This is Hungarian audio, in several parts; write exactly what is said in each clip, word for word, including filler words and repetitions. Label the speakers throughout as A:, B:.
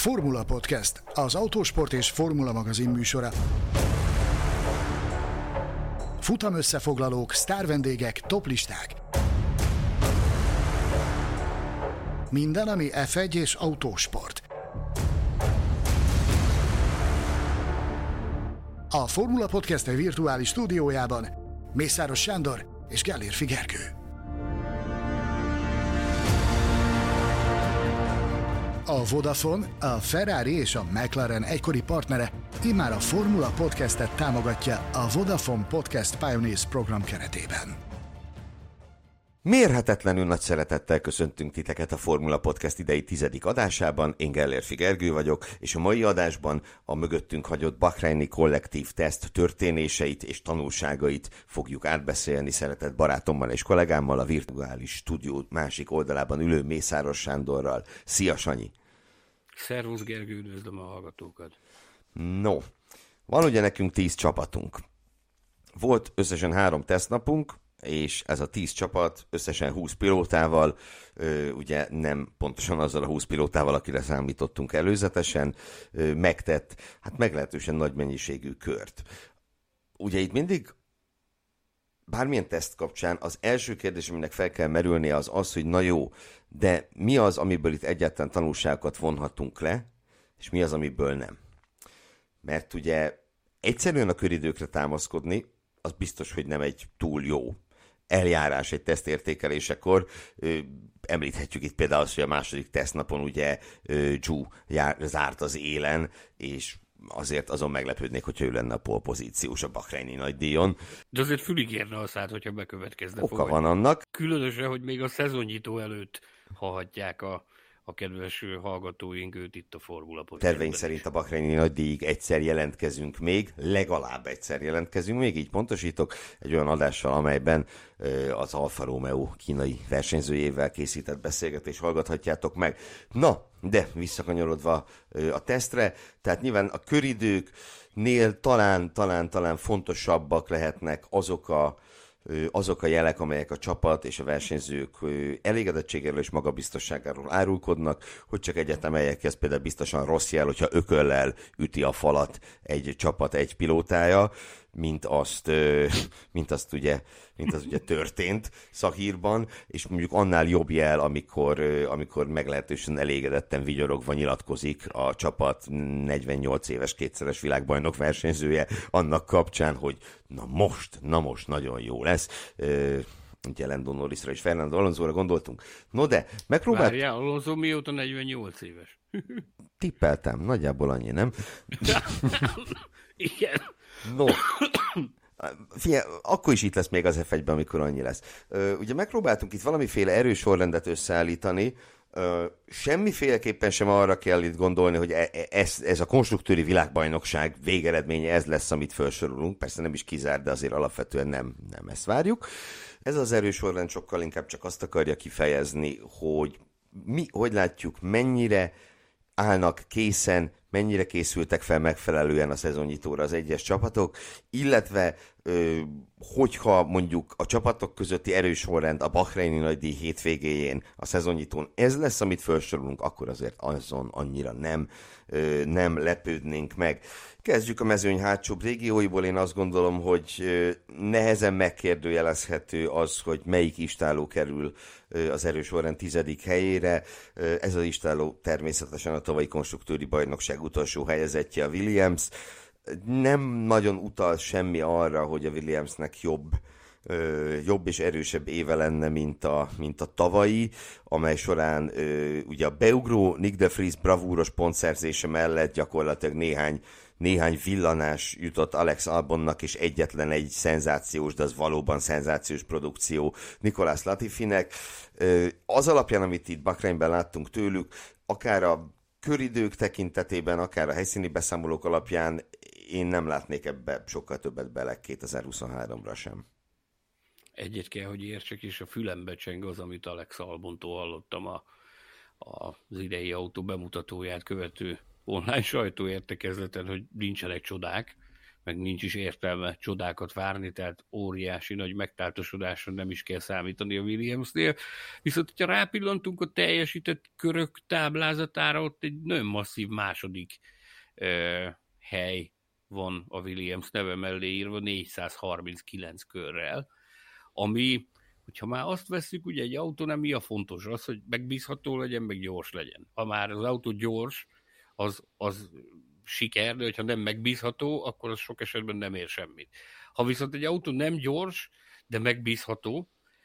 A: Formula Podcast, az autósport és formula magazin műsora. Futamösszefoglalók, sztárvendégek, toplisták. Minden, ami ef egy és autósport. A Formula Podcast virtuális stúdiójában Mészáros Sándor és Gellérfi Gergő. A Vodafone, a Ferrari és a McLaren egykori partnere immár a Formula Podcastet támogatja a Vodafone Podcast Pioneers program keretében.
B: Mérhetetlenül nagy szeretettel köszöntünk titeket a Formula Podcast idei tizedik adásában. Én Gellérfi Gergő vagyok, és a mai adásban a mögöttünk hagyott bahreini kollektív teszt történéseit és tanulságait fogjuk átbeszélni szeretett barátommal és kollégámmal, a virtuális stúdió másik oldalában ülő Mészáros Sándorral. Szia, Sanyi!
C: Szervusz, Gergő, üdvözlöm a hallgatókat!
B: No, van ugye nekünk tíz csapatunk. Volt összesen három tesztnapunk, és ez a tíz csapat összesen húsz pilótával, ugye nem pontosan azzal a húsz pilótával, akire számítottunk előzetesen, megtett hát meglehetősen nagy mennyiségű kört. Ugye itt mindig bármilyen teszt kapcsán az első kérdés, aminek fel kell merülnie, az az, hogy na jó, de mi az, amiből itt egyáltalán tanulságokat vonhatunk le, és mi az, amiből nem. Mert ugye egyszerűen a köridőkre támaszkodni, az biztos, hogy nem egy túl jó eljárás egy tesztértékelésekor. Említhetjük itt például azt, hogy a második tesztnapon ugye Zhou zárt az élen, és azért azon meglepődnék, hogyha ő lenne a pole pozíciós a bahreini nagydíjon.
C: De azért fülig érne a szád, hogyha bekövetkezne.
B: Oka van annak.
C: Különösen, hogy még a szezonnyitó előtt hallhatják a, a kedves hallgatóink őt itt a Formula Podcastben.
B: Terveink szerint a bahreini nagydíjig egyszer jelentkezünk még, legalább egyszer jelentkezünk még, így pontosítok, egy olyan adással, amelyben az Alfa Romeo kínai versenyzőjével készített beszélgetést hallgathatjátok meg. Na, de visszakanyarodva a tesztre, tehát nyilván a köridőknél talán, talán, talán fontosabbak lehetnek azok a azok a jelek, amelyek a csapat és a versenyzők elégedettségéről és magabiztosságáról árulkodnak, hogy csak egyet emeljek ki, ez például biztosan rossz jel, hogyha ököllel üti a falat egy csapat egy pilótája, mint azt, mint azt ugye, mint az ugye történt Szahírban, és mondjuk annál jobb jel, amikor, amikor meglehetősen elégedetten vigyorogva nyilatkozik a csapat negyvennyolc éves kétszeres világbajnok versenyzője annak kapcsán, hogy na most, na most nagyon jó lesz. Ugye Lando Norrisra és Fernando Alonsóra gondoltunk. No de, megpróbált...
C: Várjál, Alonso mióta negyvennyolc éves?
B: Tippeltem, nagyjából annyi, nem?
C: Igen.
B: No, figyelj, akkor is itt lesz még az ef egyben, amikor annyi lesz. Ugye megpróbáltunk itt valamiféle erős sorrendet összeállítani, semmiféleképpen sem arra kell itt gondolni, hogy ez, ez a konstruktőri világbajnokság végeredménye, ez lesz, amit felsorolunk. Persze nem is kizár, de azért alapvetően nem, nem ezt várjuk. Ez az erős sorrend sokkal inkább csak azt akarja kifejezni, hogy mi, hogy látjuk, mennyire állnak készen, mennyire készültek fel megfelelően a szezonnyitóra az egyes csapatok, illetve ö, hogyha mondjuk a csapatok közötti erős sorrend a bahreini nagydíj hétvégéjén a szezonnyitón ez lesz, amit felsorolunk, akkor azért azon annyira nem, ö, nem lepődnénk meg. Kezdjük a mezőny hátsóbb régióiból. Én azt gondolom, hogy ö, nehezen megkérdőjelezhető az, hogy melyik istálló kerül ö, az erős sorrend tizedik helyére. Ö, ez az istálló természetesen a tavalyi konstruktőri bajnokság utolsó helyezettje, a Williams. Nem nagyon utal semmi arra, hogy a Williamsnek jobb, ö, jobb és erősebb éve lenne, mint a, mint a tavalyi, amely során ö, ugye a beugró Nick de Vries bravúros pontszerzése mellett gyakorlatilag néhány, néhány villanás jutott Alex Albonnak, és egyetlen egy szenzációs, de az valóban szenzációs produkció Nicolas Latifinek. Ö, az alapján, amit itt Bahreinben láttunk tőlük, akár a köridők tekintetében, akár a helyszíni beszámolók alapján én nem látnék ebbe sokkal többet bele kétezer-huszonháromra sem.
C: Egyet kell, hogy értsek, és a fülembe cseng az, amit Alex Albontól hallottam a, a, az idei autó bemutatóját követő online sajtóértekezleten, hogy nincsenek csodák, meg nincs is értelme csodákat várni, tehát óriási nagy megtáltosodásra nem is kell számítani a Williamsnél. Viszont, hogyha rápillantunk a teljesített körök táblázatára, ott egy nagyon masszív második uh, hely van a Williams neve mellé írva négyszázharminckilenc körrel, ami, hogyha már azt veszük, ugye egy autónál mi a fontos? Az, hogy megbízható legyen, meg gyors legyen. Ha már az autó gyors, az, az siker, de hogyha nem megbízható, akkor az sok esetben nem ér semmit. Ha viszont egy autó nem gyors, de megbízható,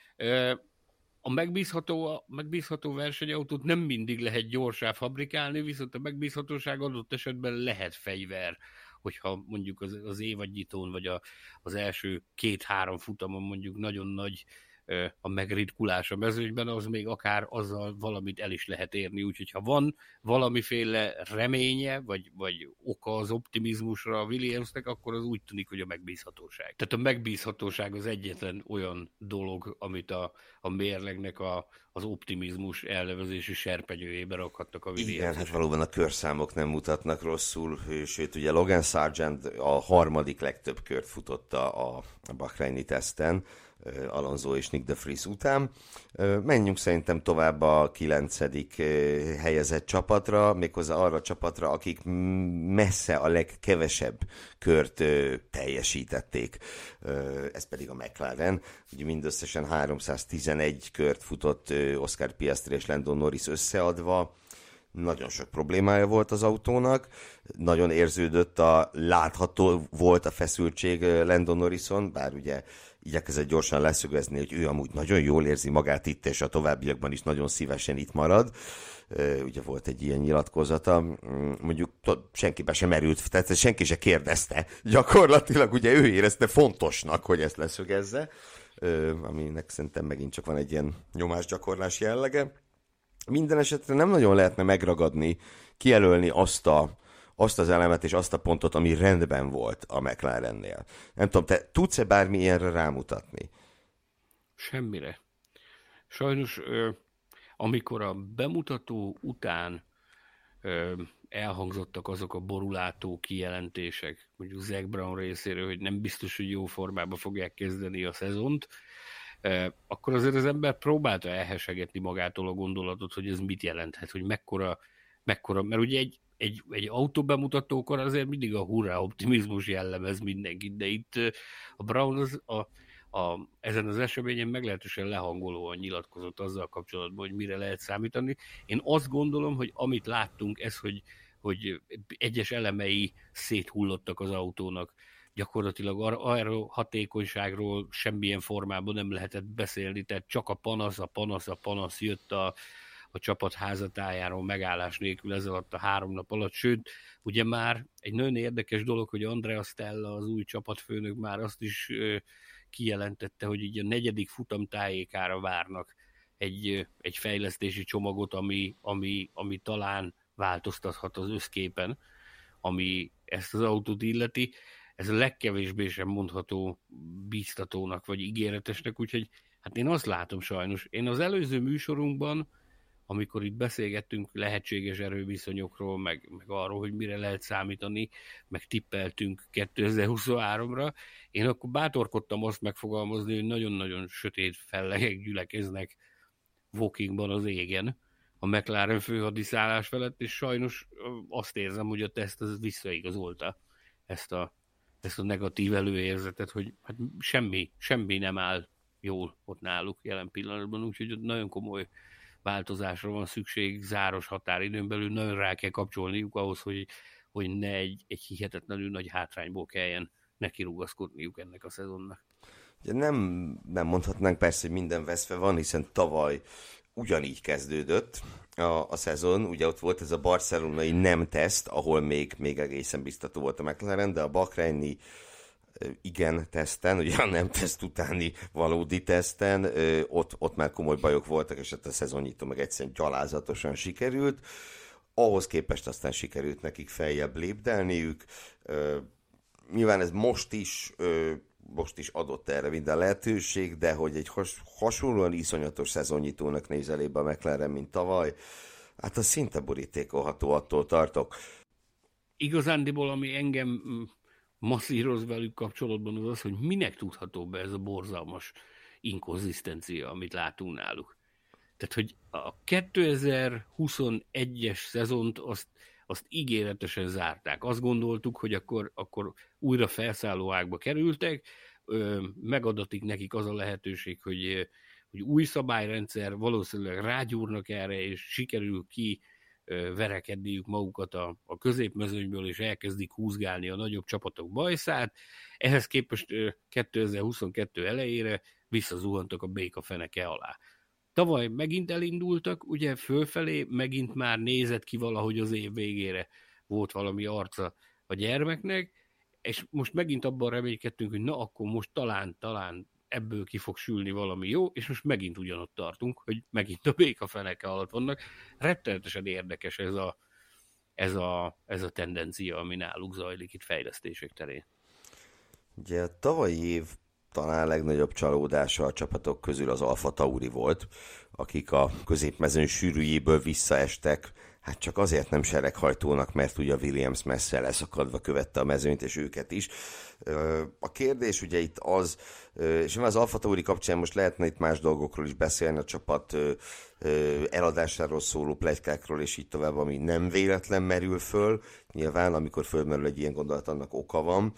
C: a megbízható, a megbízható versenyautót nem mindig lehet gyorsá fabrikálni, viszont a megbízhatóság adott esetben lehet fegyver, hogyha mondjuk az, az évadnyitón, vagy a, az első két-három futamon mondjuk nagyon nagy a megritkulás a mezőnyben, az még akár azzal valamit el is lehet érni, úgyhogy ha van valamiféle reménye, vagy, vagy oka az optimizmusra a Williamsnek, akkor az úgy tűnik, hogy a megbízhatóság. Tehát a megbízhatóság az egyetlen olyan dolog, amit a, a mérlegnek a, az optimizmus elnevezési serpenyőjébe rakhatnak a Williams.
B: Igen, hát valóban a körszámok nem mutatnak rosszul, sőt ugye Logan Sargent a harmadik legtöbb kört futotta a, a Bahreini teszten, Alonso és Nick de Vries után. Menjünk szerintem tovább a kilencedik helyezett csapatra, méghozzá arra a csapatra, akik messze a legkevesebb kört teljesítették. Ez pedig a McLaren. Ugye mindösszesen háromszáztizenegy kört futott Oscar Piastri és Lando Norris összeadva. Nagyon sok problémája volt az autónak, nagyon érződött a, látható volt a feszültség Lando Norrison, bár ugye igyekezett gyorsan leszögezni, hogy ő amúgy nagyon jól érzi magát itt, és a továbbiakban is nagyon szívesen itt marad. Ugye volt egy ilyen nyilatkozata, mondjuk senkibe sem merült, tehát senki se kérdezte. Gyakorlatilag ugye ő érezte fontosnak, hogy ezt leszögezze, aminek szerintem megint csak van egy ilyen nyomásgyakorlás jellege. Minden esetre nem nagyon lehetne megragadni, kijelölni azt, a, azt az elemet és azt a pontot, ami rendben volt a McLarennél. Nem tudom, te tudsz-e bármi ilyenre rámutatni?
C: Semmire. Sajnos, amikor a bemutató után elhangzottak azok a borulátó kijelentések, mondjuk Zac Brown részéről, hogy nem biztos, hogy jó formában fogják kezdeni a szezont, akkor azért az ember próbálta elhesegetni magától a gondolatot, hogy ez mit jelenthet, hogy mekkora, mekkora mert ugye egy, egy, egy autóbemutatókor azért mindig a hurrá optimizmus jellemez mindenkit, de itt a Brown az, a, a, ezen az eseményen meglehetősen lehangolóan nyilatkozott azzal kapcsolatban, hogy mire lehet számítani. Én azt gondolom, hogy amit láttunk, ez, hogy, hogy egyes elemei széthullottak az autónak, gyakorlatilag arról hatékonyságról semmilyen formában nem lehetett beszélni, tehát csak a panasz, a panasz, a panasz jött a, a csapat házatájáról megállás nélkül ez alatt a három nap alatt, sőt, ugye már egy nagyon érdekes dolog, hogy Andrea Stella, az új csapatfőnök már azt is ö, kijelentette, hogy így a negyedik futam tájékára várnak egy, egy fejlesztési csomagot, ami, ami, ami talán változtathat az összképen, ami ezt az autót illeti. Ez a legkevésbé sem mondható bíztatónak vagy ígéretesnek, úgyhogy hát én azt látom sajnos. Én az előző műsorunkban, amikor itt beszélgettünk lehetséges erőviszonyokról, meg, meg arról, hogy mire lehet számítani, meg tippeltünk kétezer-huszonháromra, én akkor bátorkodtam azt megfogalmazni, hogy nagyon-nagyon sötét fellegek gyülekeznek Wokingban az égen, a McLaren főhadiszállás felett, és sajnos azt érzem, hogy a teszt az visszaigazolta ezt a ezt a negatív előérzetet, hogy hát semmi, semmi nem áll jól ott náluk jelen pillanatban, úgyhogy nagyon komoly változásra van szükség, záros határidőn belül nagyon rá kell kapcsolniuk ahhoz, hogy, hogy ne egy, egy hihetetlenül nagy hátrányból kelljen nekirugaszkodniuk ennek a szezonnak.
B: Ugye nem, nem mondhatnánk persze, hogy minden veszve van, hiszen tavaly ugyanígy kezdődött a, a szezon, ugye ott volt ez a barcelonai nem teszt, ahol még, még egészen biztató volt a McLaren, de a bahreini igen teszten, ugye a nem teszt utáni valódi teszten, ott, ott már komoly bajok voltak, és a szezonnyitó meg egyszerűen gyalázatosan sikerült. Ahhoz képest aztán sikerült nekik feljebb lépdelniük. Nyilván ez most is most is adott erre minden lehetőség, de hogy egy has, hasonlóan iszonyatos szezonnyitónak néz elébe a McLaren, mint tavaly, hát az szinte borítékolható, attól tartok.
C: Igazándiból, ami engem masszíroz velük kapcsolatban, az az, hogy minek tudható be ez a borzalmas inkonzisztencia, amit látunk náluk. Tehát, hogy a kétezer-huszonegyes szezont azt, azt ígéretesen zárták. Azt gondoltuk, hogy akkor, akkor újra felszálló ágba kerültek, megadatik nekik az a lehetőség, hogy, hogy új szabályrendszer, valószínűleg rágyúrnak erre, és sikerül ki verekedniük magukat a, a középmezőnyből, és elkezdik húzgálni a nagyobb csapatok bajszát. Ehhez képest kétezer-huszonkettő elejére visszazuhantak a béka feneke alá. Tavaly megint elindultak, ugye fölfelé, megint már nézett ki valahogy az év végére volt valami arca a gyermeknek, és most megint abban reménykedtünk, hogy na akkor most talán, talán ebből ki fog sülni valami jó, és most megint ugyanott tartunk, hogy megint a béka feneke alatt vannak. Rettenetesen érdekes ez a, ez a, ez a tendencia, ami náluk zajlik itt fejlesztések terén.
B: Ugye a tavalyi év talán legnagyobb csalódása a csapatok közül az Alfa Tauri volt, akik a középmezőny sűrűjéből visszaestek, hát csak azért nem sereghajtónak, mert ugye a Williams messze leszakadva követte a mezőnyt, és őket is. A kérdés ugye itt az, és az Alfa Tauri kapcsán most lehetne itt más dolgokról is beszélni, a csapat eladásáról szóló pletykákról, és így tovább, ami nem véletlen merül föl. Nyilván, amikor fölmerül egy ilyen gondolat, annak oka van.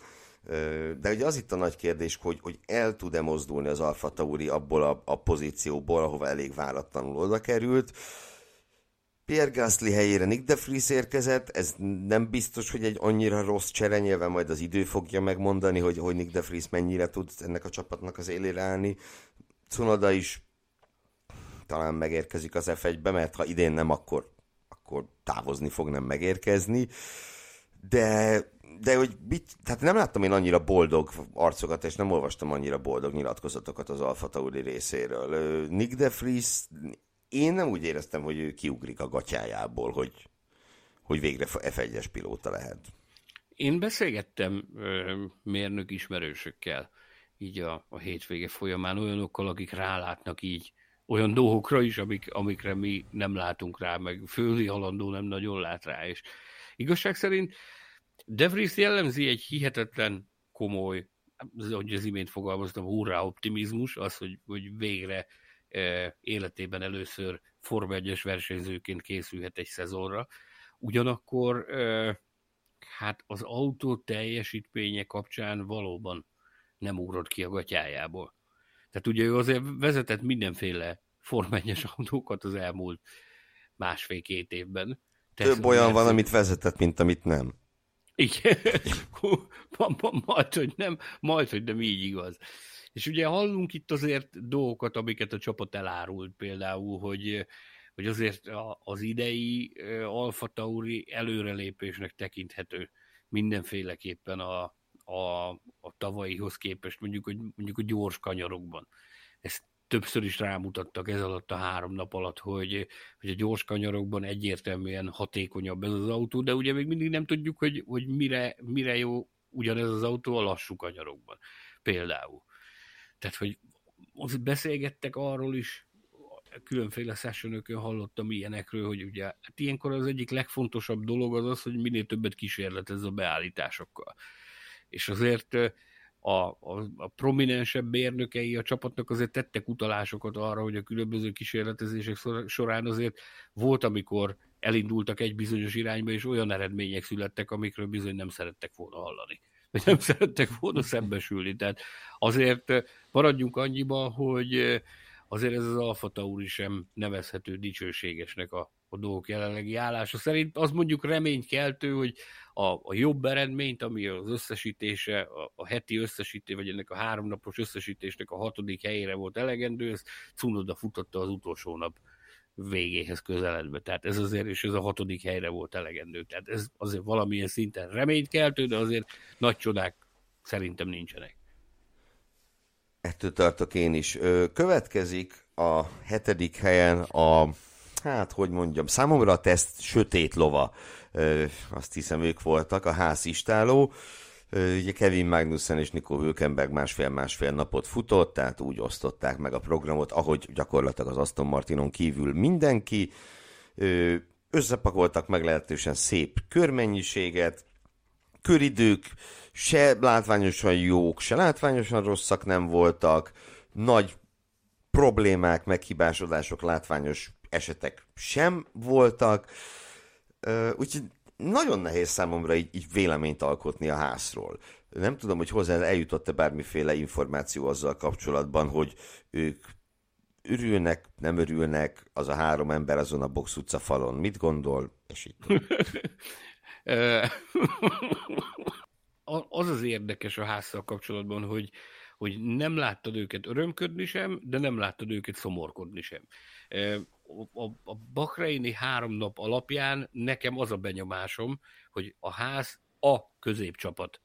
B: De ugye az itt a nagy kérdés, hogy, hogy el tud-e mozdulni az Alfa Tauri abból a, a pozícióból, ahova elég váratlanul oda került. Pierre Gasly helyére Nick de Vries érkezett, ez nem biztos, hogy egy annyira rossz csere, nyilván majd az idő fogja megmondani, hogy, hogy Nick de Vries mennyire tud ennek a csapatnak az élére állni. Tsunoda is talán megérkezik az ef egybe, mert ha idén nem, akkor, akkor távozni fog, nem megérkezni. De... De hogy mit, tehát nem láttam én annyira boldog arcokat, és nem olvastam annyira boldog nyilatkozatokat az Alfa Tauri részéről. Nick de Vries, én nem úgy éreztem, hogy ő kiugrik a gatyájából, hogy, hogy végre ef egyes pilóta lehet.
C: Én beszélgettem ö, mérnök ismerősökkel így a, a hétvége folyamán, olyanokkal, akik rálátnak így olyan dolgokra is, amik, amikre mi nem látunk rá, meg földi halandó nem nagyon lát rá, és igazság szerint De Vries jellemzi egy hihetetlen komoly, ahogy az imént fogalmaztam, hurrá optimizmus, az, hogy, hogy végre e, életében először Forma egyes versenyzőként készülhet egy szezonra. Ugyanakkor e, hát az autó teljesítménye kapcsán valóban nem ugrott ki a gatyájából. Tehát ugye ő azért vezetett mindenféle Forma egyes autókat az elmúlt másfél-két évben.
B: Több olyan van, amit vezetett, mint amit nem.
C: Igen, majd, hogy nem, majd, hogy nem így igaz. És ugye hallunk itt azért dolgokat, amiket a csapat elárult, például, hogy, hogy azért az idei Alfa Tauri előrelépésnek tekinthető mindenféleképpen a, a, a tavalyihoz képest, mondjuk, hogy mondjuk a gyors kanyarokban. Ezt többször is rámutattak ez alatt a három nap alatt, hogy, hogy a gyors kanyarokban egyértelműen hatékonyabb ez az autó, de ugye még mindig nem tudjuk, hogy, hogy mire, mire jó ugyanez az autó a lassú kanyarokban. Például. Tehát, hogy beszélgettek arról is, különféle sessionökön hallottam ilyenekről, hogy ugye hát ilyenkor az egyik legfontosabb dolog az az, hogy minél többet kísérletez a beállításokkal. És azért A, a, a prominensebb mérnökei a csapatnak azért tettek utalásokat arra, hogy a különböző kísérletezések során azért volt, amikor elindultak egy bizonyos irányba, és olyan eredmények születtek, amikről bizony nem szerettek volna hallani. Vagy nem szerettek volna szembesülni. Tehát azért maradjunk annyiba, hogy azért ez az Alfa Tauri sem nevezhető dicsőségesnek a, a dolgok jelenlegi állása szerint. Az mondjuk reménykeltő, hogy a, a jobb eredményt, ami az összesítése, a, a heti összesítés, vagy ennek a háromnapos összesítésnek a hatodik helyére volt elegendő, ez Tsunoda futotta az utolsó nap végéhez közeledve. Tehát ez azért, és ez a hatodik helyre volt elegendő. Tehát ez azért valamilyen szinten reménykeltő, de azért nagy csodák szerintem nincsenek.
B: Ettől tartok én is. Következik a hetedik helyen a, hát hogy mondjam, számomra a teszt sötét lova. Azt hiszem ők voltak, a házistáló. Ugye Kevin Magnussen és Nico Hülkenberg másfél-másfél napot futott, tehát úgy osztották meg a programot, ahogy gyakorlatilag az Aston Martinon kívül mindenki. Összepakoltak meglehetősen szép körmennyiséget, köridők se látványosan jók, se látványosan rosszak nem voltak, nagy problémák, meghibásodások, látványos esetek sem voltak, úgyhogy nagyon nehéz számomra így, így véleményt alkotni a házról. Nem tudom, hogy hozzá eljutott-e bármiféle információ azzal kapcsolatban, hogy ők örülnek, nem örülnek, az a három ember azon a Box utca falon. Mit gondol? És így.
C: Az az érdekes a házzal kapcsolatban, hogy, hogy nem láttad őket örömködni sem, de nem láttad őket szomorkodni sem. A, a, a bahreini három nap alapján nekem az a benyomásom, hogy a ház a középcsapat,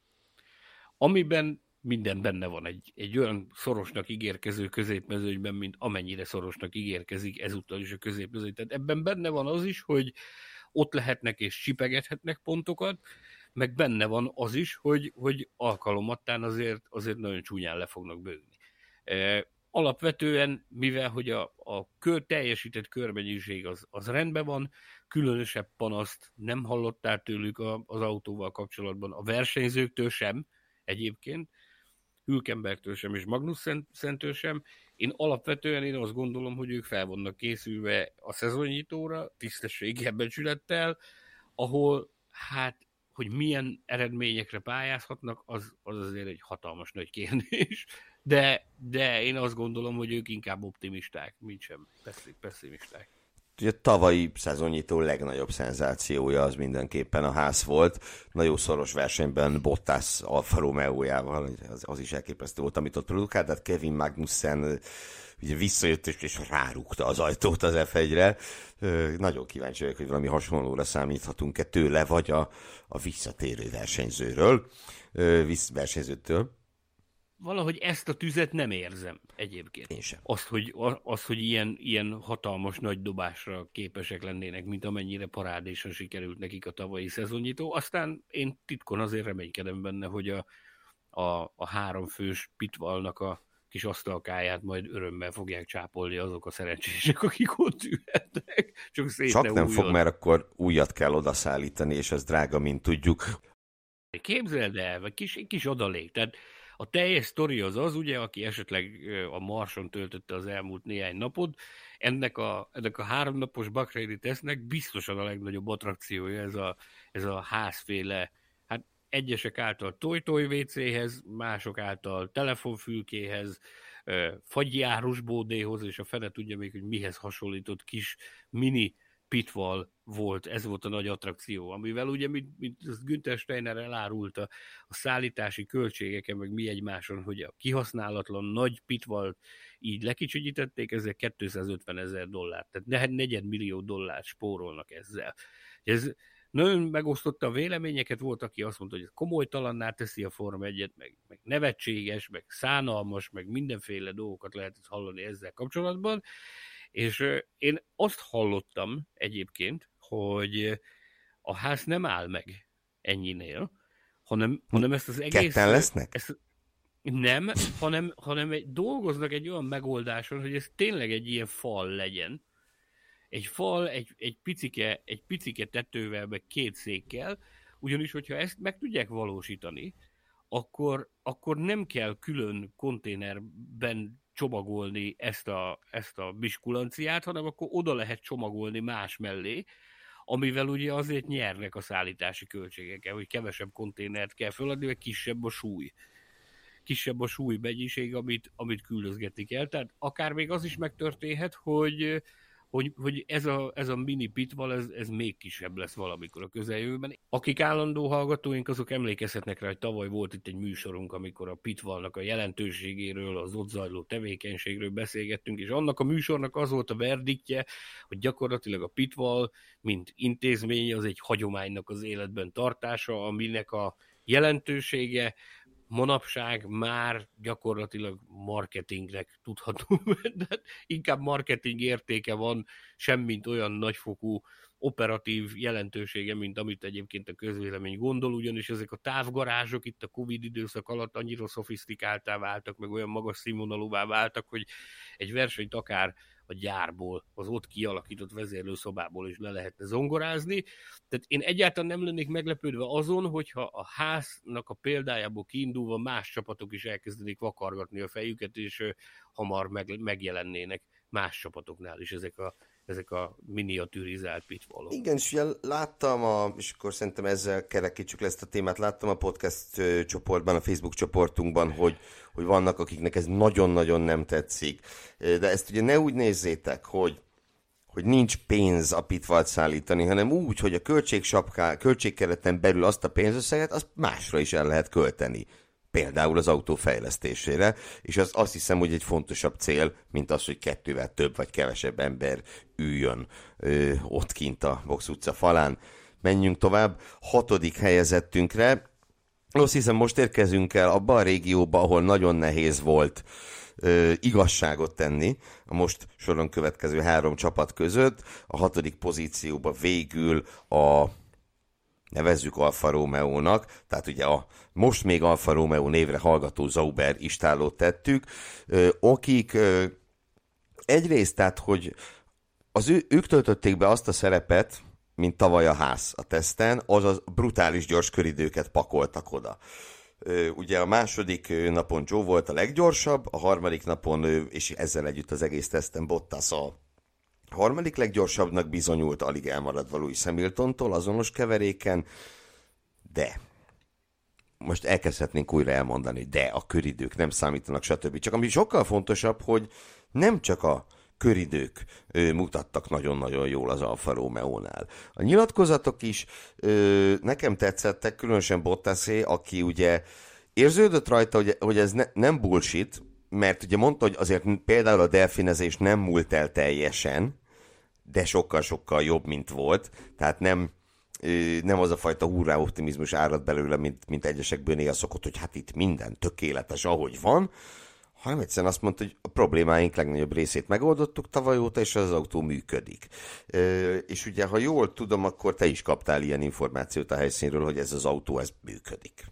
C: amiben minden benne van, egy, egy olyan szorosnak ígérkező középmezőnyben, mint amennyire szorosnak ígérkezik ezúttal is a középmezőny. Tehát ebben benne van az is, hogy ott lehetnek és csipegethetnek pontokat, meg benne van az is, hogy, hogy alkalomattán azért, azért nagyon csúnyán le fognak bőgni. E, alapvetően, mivel hogy a, a kör, teljesített körmennyiség az, az rendben van, különösebb panaszt nem hallottál tőlük a, az autóval kapcsolatban, a versenyzőktől sem egyébként, Hülkenbergtől sem és Magnussentől sem. Én alapvetően én azt gondolom, hogy ők fel vannak készülve a szezonnyitóra, tisztességgel, becsülettel, ahol hát, hogy milyen eredményekre pályázhatnak, az, az azért egy hatalmas nagy kérdés. De, de én azt gondolom, hogy ők inkább optimisták, mint sem pessimisták.
B: Ugye a tavalyi szezonnyitó legnagyobb szenzációja az mindenképpen a ház volt. Nagyon szoros versenyben Bottas Alfa Romeo-jával, az, az is elképesztő volt, amit ott produkált, tehát Kevin Magnussen ugye visszajött és, és rárúgta az ajtót az ef egyre. Nagyon kíváncsi vagyok, hogy valami hasonlóra számíthatunk-e tőle, vagy a, a visszatérő versenyzőről, visz, versenyzőtől.
C: Valahogy ezt a tüzet nem érzem egyébként.
B: Én sem.
C: Azt, hogy, az, hogy ilyen, ilyen hatalmas nagy dobásra képesek lennének, mint amennyire parádésan sikerült nekik a tavalyi szezonnyitó. Aztán én titkon azért reménykedem benne, hogy a, a, a háromfős Pitwallnak a kis asztalkáját majd örömmel fogják csápolni azok a szerencsések, akik ott ülhetnek. Csak szét
B: Csak
C: ne
B: nem
C: újjon.
B: fog, mert akkor újat kell odaszállítani, és az drága, mint tudjuk.
C: Képzeld el, vagy kis, kis adalék. Tehát a teljes sztori az az, ugye, aki esetleg a Marson töltötte az elmúlt néhány napot, ennek a, ennek a háromnapos bahreini tesznek biztosan a legnagyobb attrakciója ez a, ez a házféle, hát egyesek által toj-toj vécéhez, mások által telefonfülkéhez, fagyjárus bódéhoz, és a fene tudja még, hogy mihez hasonlított kis mini Pitwall volt, ez volt a nagy attrakció, amivel ugye, mint, mint Günther Steiner elárulta, a szállítási költségeken, meg mi egymáson, hogy a kihasználatlan nagy Pitwallt így lekicsinyítették, ezzel kétszázötven ezer dollár, tehát negyed millió dollárt spórolnak ezzel. Ez nagyon megosztotta a véleményeket, volt, aki azt mondta, hogy ez komolytalanná teszi a Forma egyet, meg, meg nevetséges, meg szánalmas, meg mindenféle dolgokat lehet hallani ezzel kapcsolatban. És én azt hallottam egyébként, hogy a ház nem áll meg ennyinél, hanem, hanem ezt az egész...
B: Ketten lesznek?
C: Ezt, nem, hanem, hanem egy, dolgoznak egy olyan megoldáson, hogy ez tényleg egy ilyen fal legyen. Egy fal, egy, egy, picike, egy picike tetővel, meg két székkel, ugyanis, hogyha ezt meg tudják valósítani, akkor, akkor nem kell külön konténerben csomagolni ezt a, ezt a biskulanciát, hanem akkor oda lehet csomagolni más mellé, amivel ugye azért nyernek a szállítási költségekkel, hogy kevesebb konténert kell föladni, vagy kisebb a súly. Kisebb a súlymennyiség, amit, amit küldözgetik el. Tehát akár még az is megtörténhet, hogy hogy, hogy ez, a, ez a mini Pitwall, ez, ez még kisebb lesz valamikor a közeljövőben. Akik állandó hallgatóink, azok emlékezhetnek rá, hogy tavaly volt itt egy műsorunk, amikor a Pitwallnak a jelentőségéről, az ott zajló tevékenységről beszélgettünk, és annak a műsornak az volt a verdiktje, hogy gyakorlatilag a Pitwall, mint intézmény, az egy hagyománynak az életben tartása, aminek a jelentősége manapság már gyakorlatilag marketingnek tudható, de inkább marketing értéke van, semmint olyan nagyfokú operatív jelentősége, mint amit egyébként a közvélemény gondol, ugyanis ezek a távgarázsok itt a Covid időszak alatt annyira szofisztikáltá váltak, meg olyan magas színvonalúvá váltak, hogy egy versenyt akár a gyárból, az ott kialakított vezérlőszobából is le lehetne zongorázni. Tehát én egyáltalán nem lennék meglepődve azon, hogyha a háznak a példájából kiindulva más csapatok is elkezdenék vakargatni a fejüket, és hamar meg, megjelennének más csapatoknál is ezek a, ezek a miniatűrizált pitfallok.
B: Igen, és ugye láttam, a, és akkor szerintem ezzel kerekítsük le ezt a témát, láttam a podcast csoportban, a Facebook csoportunkban, hogy, hogy vannak, akiknek ez nagyon-nagyon nem tetszik. De ezt ugye ne úgy nézzétek, hogy, hogy nincs pénz a pitfallt szállítani, hanem úgy, hogy a költségsapká, költségkereten belül azt a pénzösszeget, azt másra is el lehet költeni. Például az autó fejlesztésére, és az azt hiszem, hogy egy fontosabb cél, mint az, hogy kettővel több vagy kevesebb ember üljön ö, ott kint a Box utca falán. Menjünk tovább, hatodik helyezettünkre. Azt hiszem, most érkezünk el abba a régióba, ahol nagyon nehéz volt ö, igazságot tenni a most soron következő három csapat között. A hatodik pozícióba végül a nevezzük Alfa Romeo-nak, tehát ugye a most még Alfa Romeo névre hallgató Sauber istállót tettük, akik egyrészt, tehát, hogy az ő, ők töltötték be azt a szerepet, mint tavaly a ház a teszten, azaz brutális gyors köridőket pakoltak oda. Ugye a második napon Joe volt a leggyorsabb, a harmadik napon, és ezzel együtt az egész teszten Bottas a harmadik leggyorsabbnak bizonyult, alig elmaradva Lewis Hamiltontól azonos keveréken, de most elkezdhetnénk újra elmondani, de a köridők nem számítanak, stb. Csak ami sokkal fontosabb, hogy nem csak a köridők ö, mutattak nagyon-nagyon jól az Alfa Romeo-nál. A nyilatkozatok is ö, nekem tetszettek, különösen Bottasé, aki ugye érződött rajta, hogy, hogy ez ne, nem bullshit, mert ugye mondta, hogy azért például a delfinezés nem múlt el teljesen, de sokkal-sokkal jobb, mint volt. Tehát nem, nem az a fajta hurrá optimizmus árad belőle, mint, mint egyesekből néha szokott, hogy hát itt minden tökéletes, ahogy van, hanem egyszerűen azt mondta, hogy a problémáink legnagyobb részét megoldottuk tavaly óta, és az autó működik. És ugye, ha jól tudom, akkor te is kaptál ilyen információt a helyszínről, hogy ez az autó, ez működik.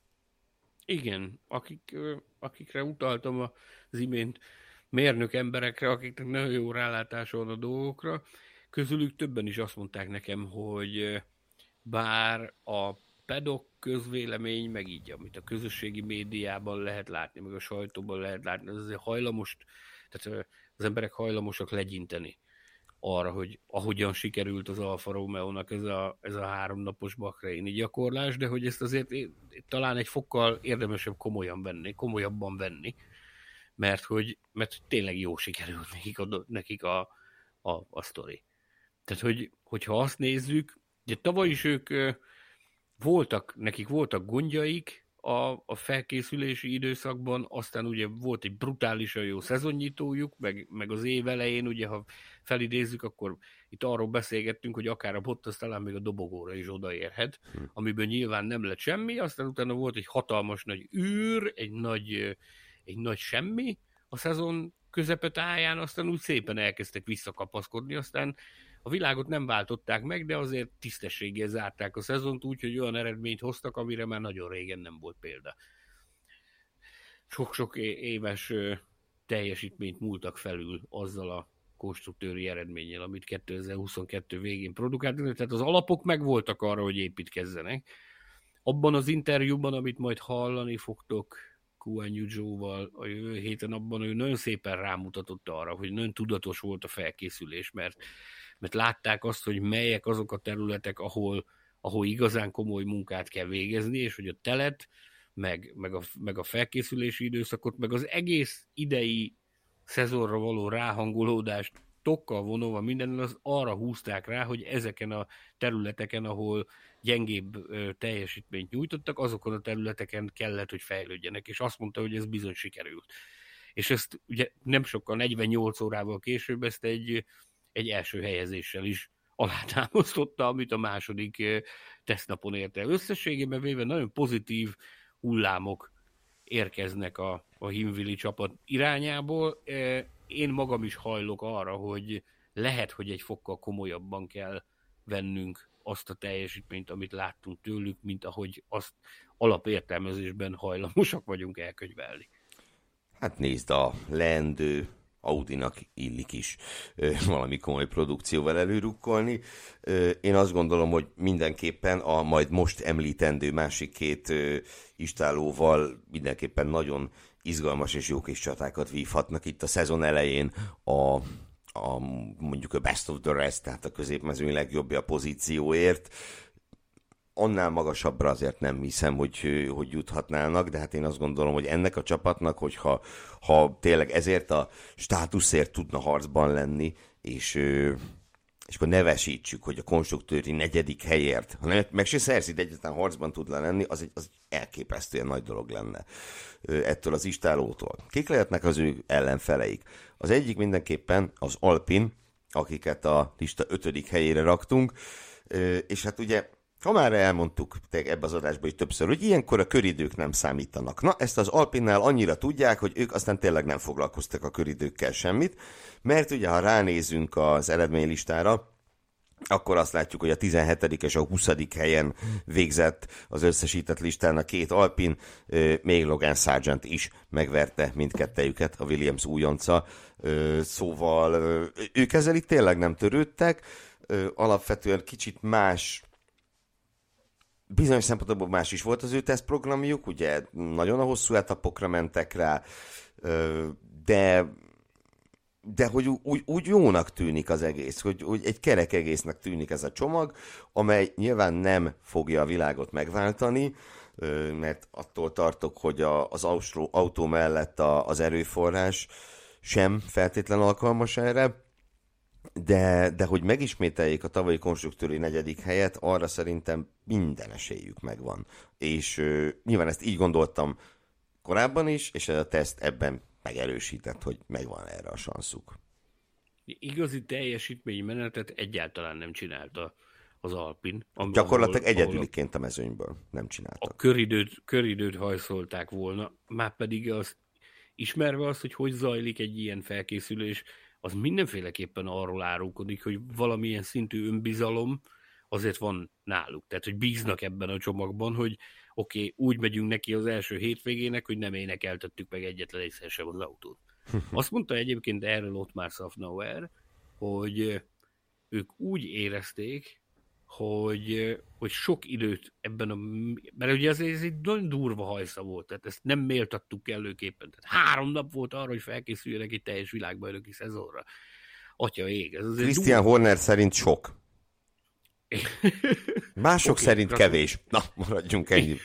C: Igen, akik, akikre utaltam az imént, mérnök emberekre, akiknek nagyon jó rálátása van a dolgokra, közülük többen is azt mondták nekem, hogy bár a pedok közvélemény, meg így, amit a közösségi médiában lehet látni, meg a sajtóban lehet látni, az azért hajlamos, tehát az emberek hajlamosak legyinteni arra, hogy ahogyan sikerült az Alfa Romeo-nak ez a, ez a háromnapos bahreini gyakorlás, de hogy ezt azért talán egy fokkal érdemesebb komolyan venni, komolyabban venni, mert hogy mert tényleg jó sikerült nekik a, nekik a, a, a sztori. Tehát, hogy, hogyha azt nézzük, ugye tavaly is ők voltak, nekik voltak gondjaik a, a felkészülési időszakban, aztán ugye volt egy brutálisan jó szezonnyitójuk, meg, meg az év elején, ugye ha felidézzük, akkor itt arról beszélgettünk, hogy akár a Bottas talán még a dobogóra is odaérhet, amiből nyilván nem lett semmi, aztán utána volt egy hatalmas nagy űr, egy nagy, egy nagy semmi a szezon közepetáján, aztán úgy szépen elkezdtek visszakapaszkodni, aztán a világot nem váltották meg, de azért tisztességgel zárták a szezont, úgyhogy olyan eredményt hoztak, amire már nagyon régen nem volt példa. Sok-sok éves teljesítményt múltak felül azzal a konstruktőri eredménnyel, amit kétezer-huszonkettő végén produkáltak, tehát az alapok megvoltak arra, hogy építkezzenek. Abban az interjúban, amit majd hallani fogtok Guan Yu Zhou-val a jövő héten, abban ő nagyon szépen rámutatott arra, hogy nagyon tudatos volt a felkészülés, mert mert látták azt, hogy melyek azok a területek, ahol, ahol igazán komoly munkát kell végezni, és hogy a telet, meg, meg, a, meg a felkészülési időszakot, meg az egész idei szezonra való ráhangolódást tokkal vonulva mindennel, az arra húzták rá, hogy ezeken a területeken, ahol gyengébb ö, teljesítményt nyújtottak, azokon a területeken kellett, hogy fejlődjenek, és azt mondta, hogy ez bizony sikerült. És ezt ugye nem sokkal, negyvennyolc órával később ezt egy egy első helyezéssel is alátámasztotta, amit a második tesztnapon ért el. Összességében véve nagyon pozitív hullámok érkeznek a, a Hinwili csapat irányából. Én magam is hajlok arra, hogy lehet, hogy egy fokkal komolyabban kell vennünk azt a teljesítményt, amit láttunk tőlük, mint ahogy azt alapértelmezésben hajlamosak vagyunk elkönyvelni.
B: Hát nézd, a leendő Audinak illik is valami komoly produkcióval előrukkolni. Én azt gondolom, hogy mindenképpen a majd most említendő másik két istállóval mindenképpen nagyon izgalmas és jó kis csatákat vívhatnak itt a szezon elején a, a mondjuk a best of the rest, tehát a középmezőny legjobbja pozícióért. Annál magasabbra azért nem hiszem, hogy, hogy juthatnának, de hát én azt gondolom, hogy ennek a csapatnak, hogyha ha tényleg ezért a státuszért tudna harcban lenni, és, és akkor nevesítsük, hogy a konstruktőri negyedik helyért, ha nem, meg se szerzi, de egyáltalán harcban tudna lenni, az egy, az egy elképesztően nagy dolog lenne ettől az istálótól. Kik lehetnek az ő ellenfeleik? Az egyik mindenképpen az Alpin, akiket a lista ötödik helyére raktunk, és hát ugye ha már elmondtuk ebbe az adásban is többször, hogy ilyenkor a köridők nem számítanak. Na, ezt az Alpinnál annyira tudják, hogy ők aztán tényleg nem foglalkoztak a köridőkkel semmit, mert ugye, ha ránézünk az eredménylistára, akkor azt látjuk, hogy a tizenhetedik és a huszadik helyen végzett az összesített listán a két Alpin, még Logan Sargent is megverte mindkettejüket, a Williams újonca. Szóval ők ezzel itt tényleg nem törődtek, alapvetően kicsit más, bizonyos szempontból más is volt az ő tesztprogramjuk, ugye nagyon a hosszú etapokra mentek rá, de, de hogy úgy, úgy jónak tűnik az egész, hogy, hogy egy kerek egésznek tűnik ez a csomag, amely nyilván nem fogja a világot megváltani, mert attól tartok, hogy a, az autó mellett a, az erőforrás sem feltétlen alkalmas erre, De, de hogy megismételjék a tavalyi konstruktőri negyedik helyet, arra szerintem minden esélyük megvan. És uh, nyilván ezt így gondoltam korábban is, és a teszt ebben megerősített, hogy megvan erre a sanszuk.
C: Igazi teljesítménymenetet egyáltalán nem csinálta az Alpin. Am-
B: Gyakorlatilag ahol, egyedüliként a mezőnyből nem csináltak.
C: A köridőt, köridőt hajszolták volna, már pedig azt, ismerve azt, hogy hogy zajlik egy ilyen felkészülés, az mindenféleképpen arról árulkodik, hogy valamilyen szintű önbizalom azért van náluk. Tehát, hogy bíznak ebben a csomagban, hogy oké, okay, úgy megyünk neki az első hétvégének, hogy nem énekeltettük meg egyetlen egyszer sem az autót. Azt mondta egyébként erről Ottmar Szafnauer, hogy ők úgy érezték, hogy, hogy sok időt ebben a... Mert ugye ez, ez egy nagyon durva hajsza volt, tehát ezt nem méltattuk kellőképpen. Tehát három nap volt arra, hogy felkészüljenek egy teljes világbajnoki szezonra. Atya ég. Ez
B: Christian durva... Horner szerint sok. Mások okay, szerint rakunk. Kevés. Na, maradjunk ennyi.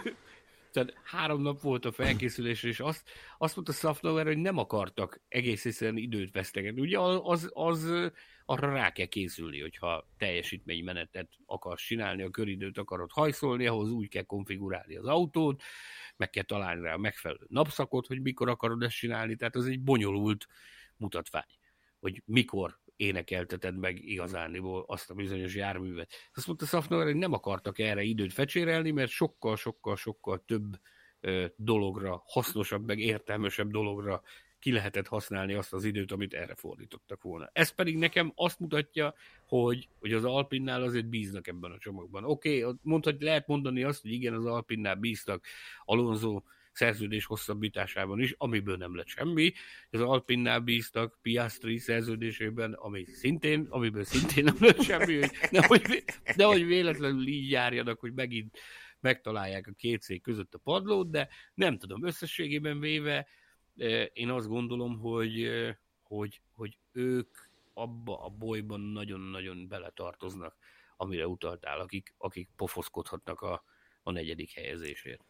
C: Tehát három nap volt a felkészülésre, és azt, azt mondta Szafnauer, hogy nem akartak egész egyszerűen időt vesztegetni. Ugye az, az arra rá kell készülni, hogyha teljesítménymenetet akarsz csinálni, a köridőt akarod hajszolni, ahhoz úgy kell konfigurálni az autót, meg kell találni rá a megfelelő napszakot, hogy mikor akarod ezt csinálni, tehát az egy bonyolult mutatvány, hogy mikor énekelteted meg igazániból azt a bizonyos járművet. Azt mondta Szafnauer, hogy nem akartak erre időt fecsérelni, mert sokkal-sokkal-sokkal több ö, dologra, hasznosabb, meg értelmesebb dologra ki lehetett használni azt az időt, amit erre fordítottak volna. Ez pedig nekem azt mutatja, hogy, hogy az Alpinnál azért bíznak ebben a csomagban. Oké, okay, mondhat, lehet mondani azt, hogy igen, az Alpinnál bíztak Alonso szerződés hosszabbításában is, amiből nem lett semmi. Az Alpinnál bíztak Piastri szerződésében, ami szintén, amiből szintén nem lett semmi, hogy nehogy, nehogy véletlenül így járjanak, hogy megint megtalálják a két cég között a padlót, de nem tudom, összességében véve én azt gondolom, hogy, hogy, hogy ők abba a bolyban nagyon-nagyon beletartoznak, amire utaltál, akik, akik pofoszkodhatnak a, a negyedik helyezésért.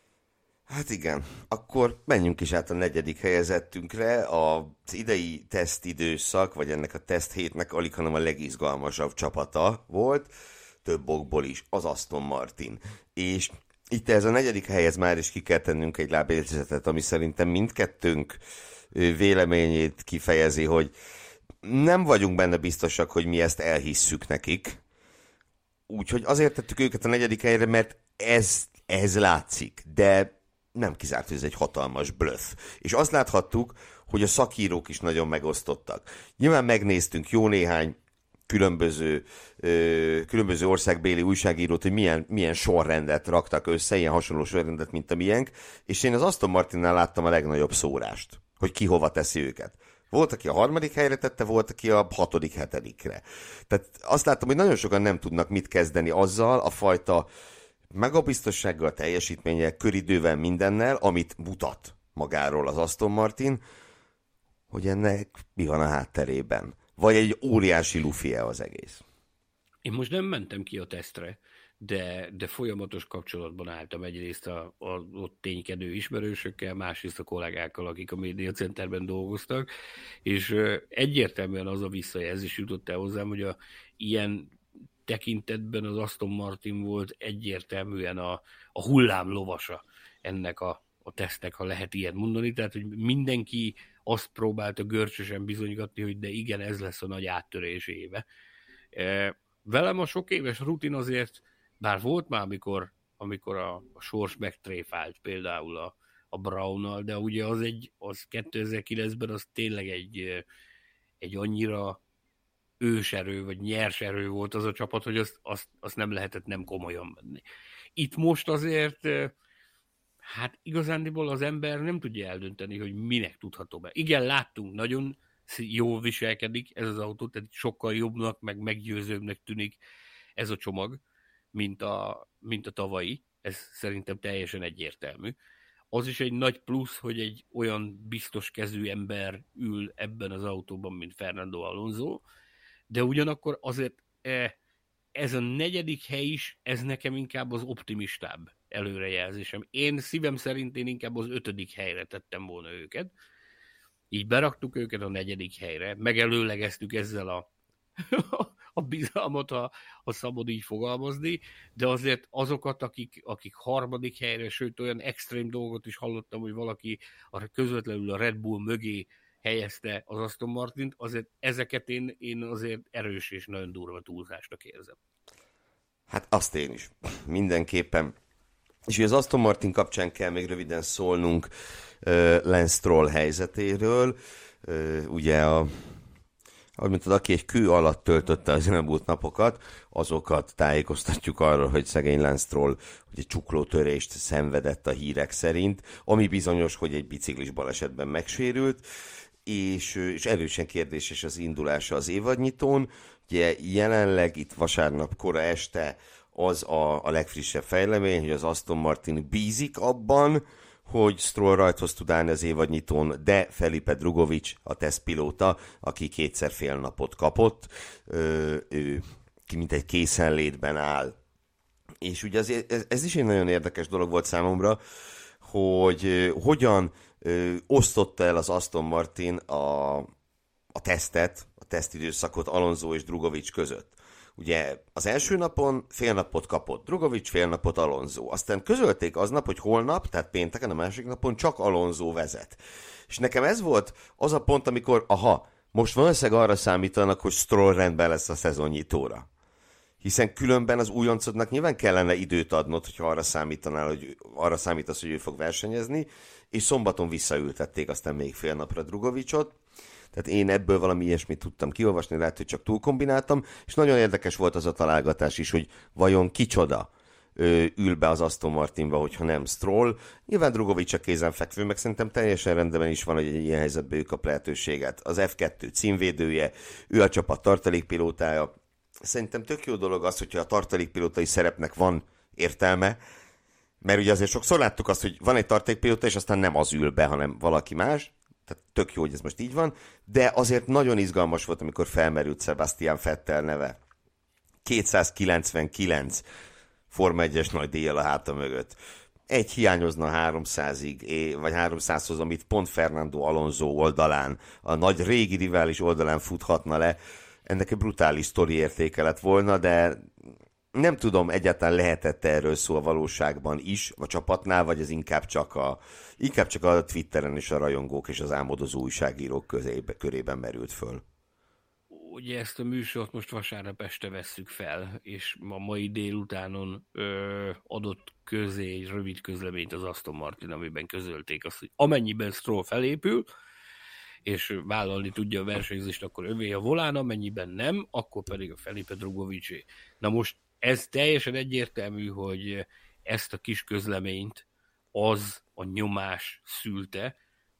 B: Hát igen, akkor menjünk is át a negyedik helyezettünkre. Az idei tesztidőszak, vagy ennek a teszt hétnek alig, hanem a legizgalmasabb csapata volt, több okból is, az Aston Martin. És itt ez a negyedik helyhez már is ki kell tennünk egy lábjegyzetet, ami szerintem mindkettőnk véleményét kifejezi, hogy nem vagyunk benne biztosak, hogy mi ezt elhisszük nekik. Úgyhogy azért tettük őket a negyedik helyre, mert ez, ez látszik, de nem kizárt, hogy ez egy hatalmas blöff. És azt láthattuk, hogy a szakírók is nagyon megosztottak. Nyilván megnéztünk jó néhány különböző, ö, különböző országbéli újságírót, hogy milyen, milyen sorrendet raktak össze, ilyen hasonló sorrendet, mint a miénk, és én az Aston Martinnál láttam a legnagyobb szórást, hogy ki hova teszi őket. Volt, aki a harmadik helyre tette, volt, aki a hatodik, hetedikre. Tehát azt láttam, hogy nagyon sokan nem tudnak mit kezdeni azzal a fajta magabiztossággal, teljesítménnyel, köridővel, mindennel, amit mutat magáról az Aston Martin, hogy ennek mi van a hátterében. Vagy egy óriási lufi-e az egész.
C: Én most nem mentem ki a tesztre, de, de folyamatos kapcsolatban álltam egyrészt a, a ott ténykedő ismerősökkel, másrészt a kollégákkal, akik a Media Centerben dolgoztak, és egyértelműen az a visszajelzés jutott el hozzám, hogy a ilyen tekintetben az Aston Martin volt egyértelműen a, a hullám lovasa ennek a, a tesztnek, ha lehet ilyet mondani, tehát hogy mindenki azt próbálta görcsösen bizonygatni, hogy de igen, ez lesz a nagy áttörés éve. Velem a sok éves rutin azért, bár volt már, amikor, amikor a, a sors megtréfált például a, a Brownnal, de ugye az egy, az kétezer-kilencben az tényleg egy, egy annyira őserő, vagy nyerserő volt az a csapat, hogy azt, azt, azt nem lehetett nem komolyan menni. Itt most azért, hát igazándiból az ember nem tudja eldönteni, hogy minek tudható be. Igen, láttunk, nagyon jól viselkedik ez az autó, tehát sokkal jobbnak, meg meggyőzőbbnek tűnik ez a csomag, mint a, mint a tavalyi. Ez szerintem teljesen egyértelmű. Az is egy nagy plusz, hogy egy olyan biztos kezű ember ül ebben az autóban, mint Fernando Alonso, de ugyanakkor azért ez a negyedik hely is, ez nekem inkább az optimistább előrejelzésem. Én szívem szerint én inkább az ötödik helyre tettem volna őket. Így beraktuk őket a negyedik helyre, megelőlegeztük ezzel a, a bizalmat, ha, ha szabad így fogalmazni, de azért azokat, akik, akik harmadik helyre, sőt olyan extrém dolgot is hallottam, hogy valaki a, közvetlenül a Red Bull mögé helyezte az Aston Martint, azért ezeket én, én azért erős és nagyon durva túlzásnak érzem.
B: Hát azt én is. Mindenképpen. És az Aston Martin kapcsán kell még röviden szólnunk uh, Lance Stroll helyzetéről. Uh, ugye a ahogy mondtad, aki egy kő alatt töltötte az elmúlt napokat, azokat tájékoztatjuk arról, hogy szegény Lance Stroll hogy egy csuklótörést szenvedett a hírek szerint, ami bizonyos, hogy egy biciklis balesetben megsérült, és, és erősen kérdéses az indulása az évadnyitón. Ugye jelenleg itt vasárnap kora este az a, a legfrissebb fejlemény, hogy az Aston Martin bízik abban, hogy Stroll rajthoz tud állni az évadnyitón, de Felipe Drugovich, a tesztpilóta, aki kétszer fél napot kapott, ő, ő mint egy készenlétben áll. És ugye azért ez, ez is egy nagyon érdekes dolog volt számomra, hogy hogyan ö, osztotta el az Aston Martin a, a tesztet, a tesztidőszakot Alonso és Drugovich között. Ugye az első napon fél napot kapott Drugovich, fél napot Alonso. Aztán közölték aznap, hogy holnap, tehát pénteken, a másik napon csak Alonso vezet. És nekem ez volt az a pont, amikor, aha, most valószínűleg arra számítanak, hogy Stroll rendben lesz a szezonnyitóra. Hiszen különben az újoncodnak nyilván kellene időt adnod, hogyha arra számítanál, hogy arra számítasz, hogy ő fog versenyezni, és szombaton visszaültették aztán még fél napra Drugovichot. Tehát én ebből valami ilyesmit tudtam kiolvasni, lehet, hogy csak túlkombináltam, és nagyon érdekes volt az a találgatás is, hogy vajon kicsoda ö, ül be az Aston Martinba, hogyha nem Stroll. Nyilván Drugovich a kézenfekvő, meg szerintem teljesen rendben is van, hogy egy ilyen helyzetben ő kap lehetőséget. Az ef kettő címvédője, ő a csapat tartalékpilótája. Szerintem tök jó dolog az, hogyha a tartalékpilótai szerepnek van értelme, mert ugye azért sokszor láttuk azt, hogy van egy tartalékpilóta, és aztán nem az ül be, hanem valaki más. Tehát tök jó, hogy ez most így van, de azért nagyon izgalmas volt, amikor felmerült Sebastian Vettel neve. kétszázkilencvenkilenc Forma egyes nagy díjjal a háta mögött. Egy hiányozna háromszázig, vagy háromszázhoz, amit pont Fernando Alonso oldalán, a nagy régi rivális oldalán futhatna le. Ennek egy brutális sztori értéke lett volna, de nem tudom, egyáltalán lehetett erről szó a valóságban is, a csapatnál, vagy ez inkább csak a, inkább csak a Twitteren és a rajongók és az álmodozó újságírók közébe, körében merült föl.
C: Ugye ezt a műsort most vasárnap este vesszük fel, és a mai délutánon ö, adott közé egy rövid közleményt az Aston Martin, amiben közölték azt, hogy amennyiben Stroll felépül, és vállalni tudja a versenyzést, akkor övé a volán, amennyiben nem, akkor pedig a Felipe Drugoviché. Na most ez teljesen egyértelmű, hogy ezt a kis közleményt az a nyomás szülte,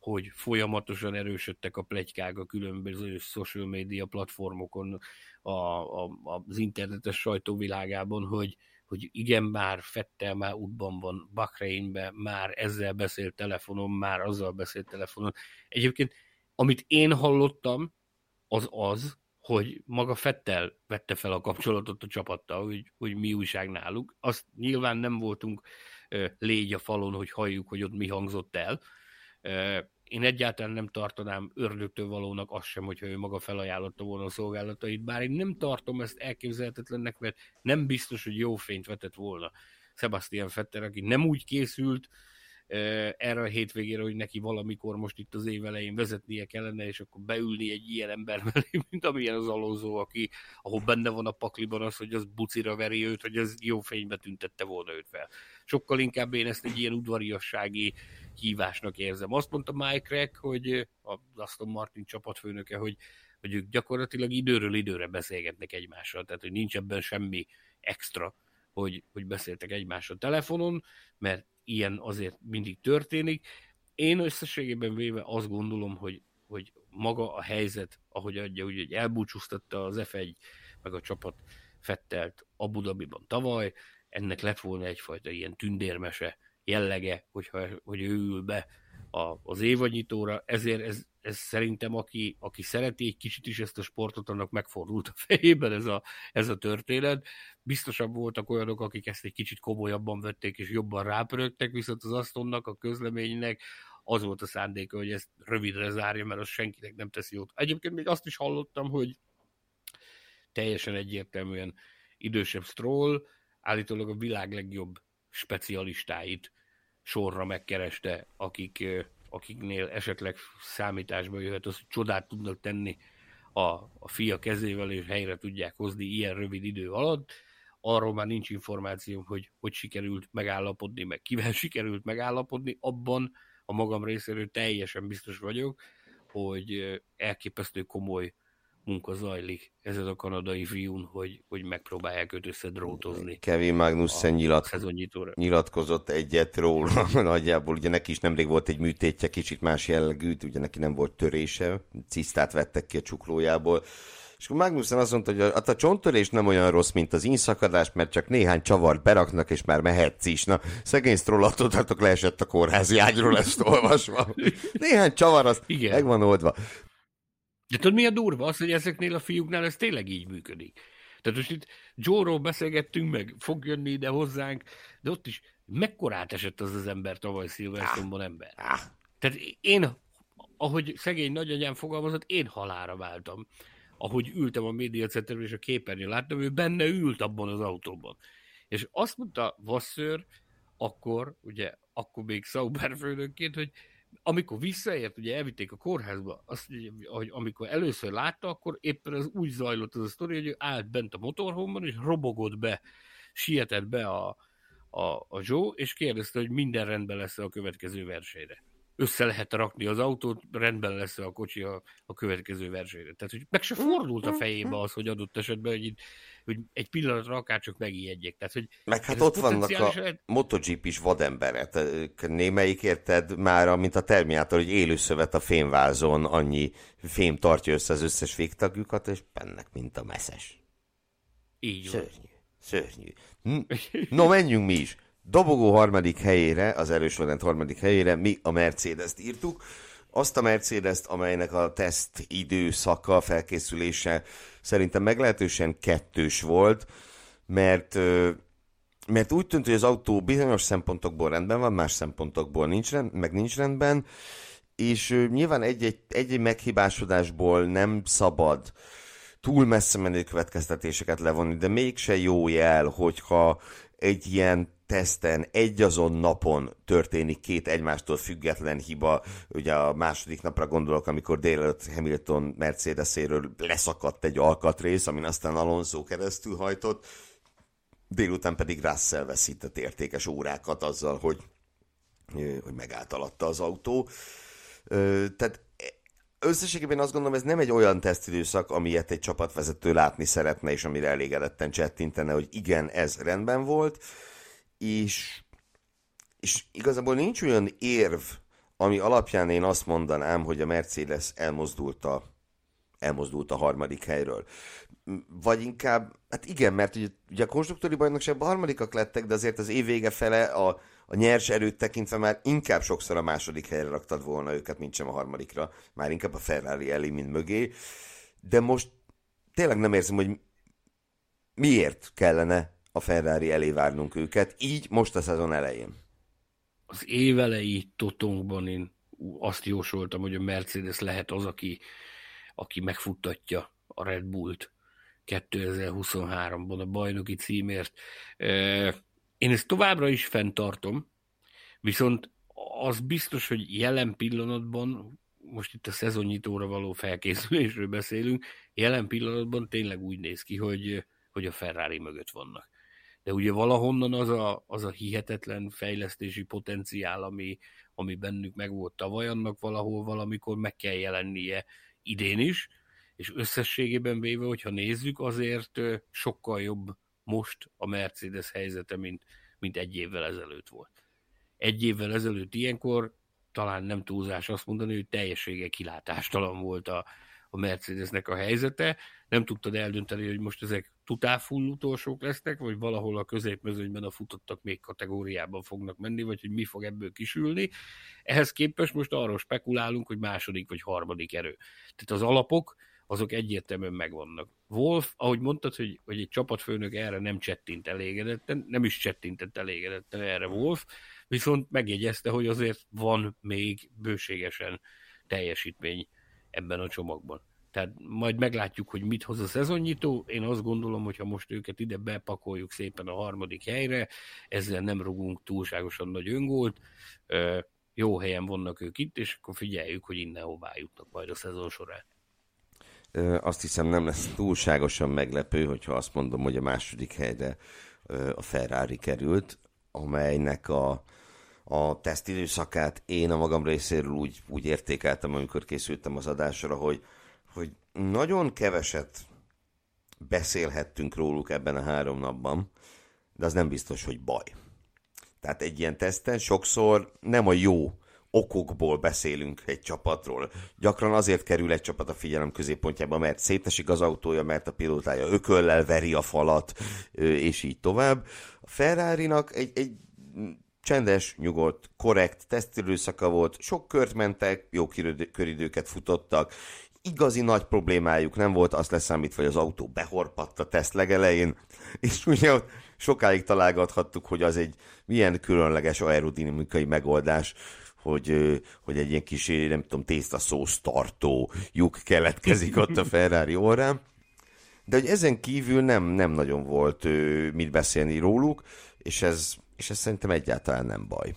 C: hogy folyamatosan erősödtek a pletykák a különböző social media platformokon, a, a, az internetes sajtóvilágában, hogy, hogy igen, már Vettel már útban van Bahreinbe, már ezzel beszélt telefonon, már azzal beszélt telefonon. Egyébként, amit én hallottam, az az, hogy maga Vettel vette fel a kapcsolatot a csapattal, hogy, hogy mi újság náluk. Azt nyilván nem voltunk uh, légy a falon, hogy halljuk, hogy ott mi hangzott el. Uh, én egyáltalán nem tartanám ördögtől valónak azt sem, hogyha ő maga felajánlotta volna a szolgálatait, bár én nem tartom ezt elképzelhetetlennek, mert nem biztos, hogy jó fényt vetett volna Sebastian Vettel, aki nem úgy készült erre a hétvégére, hogy neki valamikor most itt az év elején vezetnie kellene, és akkor beülni egy ilyen ember mellé, mint amilyen az Alonso, aki, ahol benne van a pakliban az, hogy az bucira veri őt, hogy ez jó fénybe tüntette volna őt fel. Sokkal inkább én ezt egy ilyen udvariassági hívásnak érzem. Azt mondta Mike Rack, hogy az Aston Martin csapatfőnöke, hogy, hogy ők gyakorlatilag időről időre beszélgetnek egymással, tehát hogy nincs ebben semmi extra, hogy, hogy beszéltek egymással telefonon, mert ilyen azért mindig történik. Én összességében véve azt gondolom, hogy, hogy maga a helyzet, ahogy adja, úgy, hogy elbúcsúztatta az ef egy meg a csapat Vettelt Abu Dhabiban tavaly, ennek lett volna egyfajta ilyen tündérmese jellege, hogyha, hogy ő ül be a, az évadnyitóra, ezért ez, ez szerintem, aki, aki szereti egy kicsit is ezt a sportot, annak megfordult a fejében ez a, ez a történet. Biztosabb voltak olyanok, akik ezt egy kicsit komolyabban vették, és jobban rápörögtek, viszont az Astonnak, a közleménynek az volt a szándéka, hogy ezt rövidre zárja, mert az senkinek nem teszi jót. Egyébként még azt is hallottam, hogy teljesen egyértelműen idősebb Stroll állítólag a világ legjobb specialistáit sorra megkereste, akik, akiknél esetleg számításba jöhet az, hogy csodát tudnak tenni a, a fia kezével, és helyre tudják hozni ilyen rövid idő alatt. Arról már nincs információm, hogy hogy sikerült megállapodni, meg kivel sikerült megállapodni. Abban a magam részéről teljesen biztos vagyok, hogy elképesztő komoly munka zajlik ezen a kanadai fiún, hogy, hogy megpróbálják őt összedrótozni.
B: Kevin Magnussen nyilat, nyilatkozott egyet róla, nagyjából ugye neki is nemrég volt egy műtétje, kicsit más jellegű, ugye neki nem volt törése, cisztát vettek ki a csuklójából, és akkor Magnussen azt mondta, hogy a, a csonttörés nem olyan rossz, mint az inszakadás, mert csak néhány csavart beraknak, és már mehetsz is. Na, szegény Stroll attól tartok leesett a kórházi ágyról ezt olvasva. Néhány csavar, az igen, meg van oldva.
C: De tudod, mi a durva? Az, hogy ezeknél a fiúknál ez tényleg így működik. Tehát most itt Joe-ról beszélgettünk meg, fog jönni ide hozzánk, de ott is mekkorát esett az az ember tavaly Silverstone-ban ember. Tehát én, ahogy szegény nagyanyám fogalmazott, én halálra váltam. Ahogy ültem a Media Centerben, és a képernyőn láttam, ő benne ült abban az autóban. És azt mondta Vasseur, akkor, ugye, akkor még Sauber főnökként, hogy amikor visszaért, ugye elvitték a kórházba, azt, hogy amikor először látta, akkor éppen az úgy zajlott az a sztori, hogy ő állt bent a motorhomban, és robogott be, sietett be a, a, a Joe, és kérdezte, hogy minden rendben lesz a következő versenyre. Össze lehet rakni az autót, rendben lesz a kocsi a, a következő versenyre. Tehát, hogy meg se fordult a fejébe az, hogy adott esetben, hogy, itt, hogy egy pillanatra akár csak megijedjek. Tehát, hogy
B: meg hát ott vannak a lehet... MotoGP-s vademberek. Némelyik érted már, mint a Terminátor, hogy élőszövet a fémvázon, annyi fém tartja össze az összes végtagjukat, és bennek, mint a messzes.
C: Így van.
B: Szörnyű, szörnyű. No, menjünk mi is. Dobogó harmadik helyére, az erős Laurent harmadik helyére mi a Mercedes-t írtuk. Azt a Mercedes-t, amelynek a teszt időszaka, felkészülése szerintem meglehetősen kettős volt, mert, mert úgy tűnt, hogy az autó bizonyos szempontokból rendben van, más szempontokból nincs rend, meg nincs rendben, és nyilván egy-egy, egy-egy meghibásodásból nem szabad túl messze menő következtetéseket levonni, de mégse jó jel, hogyha egy ilyen teszten, egy azon napon történik két egymástól független hiba. Ugye a második napra gondolok, amikor délelőtt Hamilton Mercedeséről leszakadt egy alkatrész, amin aztán Alonso keresztül hajtott, délután pedig Russell veszített értékes órákat azzal, hogy, hogy megállt alatta az autó. Tehát összességében azt gondolom, ez nem egy olyan tesztidőszak, amilyet egy csapatvezető látni szeretne, és amire elégedetten csettintene, hogy igen, ez rendben volt, és, és igazából nincs olyan érv, ami alapján én azt mondanám, hogy a Mercedes elmozdult a, elmozdult a harmadik helyről. Vagy inkább, hát igen, mert ugye, ugye a konstruktúri bajnokságban harmadikak lettek, de azért az év vége fele a, a nyers erőt tekintve már inkább sokszor a második helyre raktad volna őket, mint sem a harmadikra. Már inkább a Ferrari elé, mint mögé. De most tényleg nem érzem, hogy miért kellene a Ferrari elé várnunk őket, így most a szezon elején.
C: Az év elejé totongban én azt jósoltam, hogy a Mercedes lehet az, aki, aki megfuttatja a Red Bullt kétezer-huszonháromban a bajnoki címért. Én ezt továbbra is fenntartom, viszont az biztos, hogy jelen pillanatban, most itt a szezonnyitóra való felkészülésről beszélünk, jelen pillanatban tényleg úgy néz ki, hogy, hogy a Ferrari mögött vannak. De ugye valahonnan az a, az a hihetetlen fejlesztési potenciál, ami, ami bennük megvolt tavaly, annak valahol valamikor meg kell jelennie idén is, és összességében véve, hogyha nézzük, azért sokkal jobb most a Mercedes helyzete, mint, mint egy évvel ezelőtt volt. Egy évvel ezelőtt ilyenkor talán nem túlzás azt mondani, hogy teljessége kilátástalan volt a, a Mercedesnek a helyzete. Nem tudtad eldönteni, hogy most ezek tutáfull utolsók lesznek, vagy valahol a középmezőnyben a futottak még kategóriában fognak menni, vagy hogy mi fog ebből kisülni. Ehhez képest most arról spekulálunk, hogy második vagy harmadik erő. Tehát az alapok, azok egyértelműen megvannak. Wolff, ahogy mondtad, hogy, hogy egy csapatfőnök erre nem csettint elégedetten, nem is csettintett elégedetten erre Wolff, viszont megjegyezte, hogy azért van még bőségesen teljesítmény ebben a csomagban. Tehát majd meglátjuk, hogy mit hoz a szezonnyitó. Én azt gondolom, hogy ha most őket ide bepakoljuk szépen a harmadik helyre, ezzel nem rugunk túlságosan nagy öngólt, jó helyen vannak ők itt, és akkor figyeljük, hogy innen hová jutnak majd a szezon során.
B: Azt hiszem, nem lesz túlságosan meglepő, hogyha azt mondom, hogy a második helyre a Ferrari került, amelynek a, a tesztidőszakát én a magam részéről úgy, úgy értékeltem, amikor készültem az adásra, hogy, hogy nagyon keveset beszélhettünk róluk ebben a három napban, de az nem biztos, hogy baj. Tehát egy ilyen teszten sokszor nem a jó okokból beszélünk egy csapatról. Gyakran azért kerül egy csapat a figyelem középpontjába, mert szétesik az autója, mert a pilótája ököllel veri a falat, és így tovább. A Ferrarinak egy, egy csendes, nyugodt, korrekt tesztidőszaka volt, sok kört mentek, jó köridőket futottak, igazi nagy problémájuk nem volt, azt leszámítva, hogy az autó behorpadt a teszt legelején, és ugye sokáig találgathattuk, hogy az egy milyen különleges aerodinamikai megoldás, hogy, hogy egy ilyen kis, nem tudom, tésztaszósz tartó lyuk keletkezik ott a Ferrari orrán. De hogy ezen kívül nem, nem nagyon volt mit beszélni róluk, és ez, és ez szerintem egyáltalán nem baj.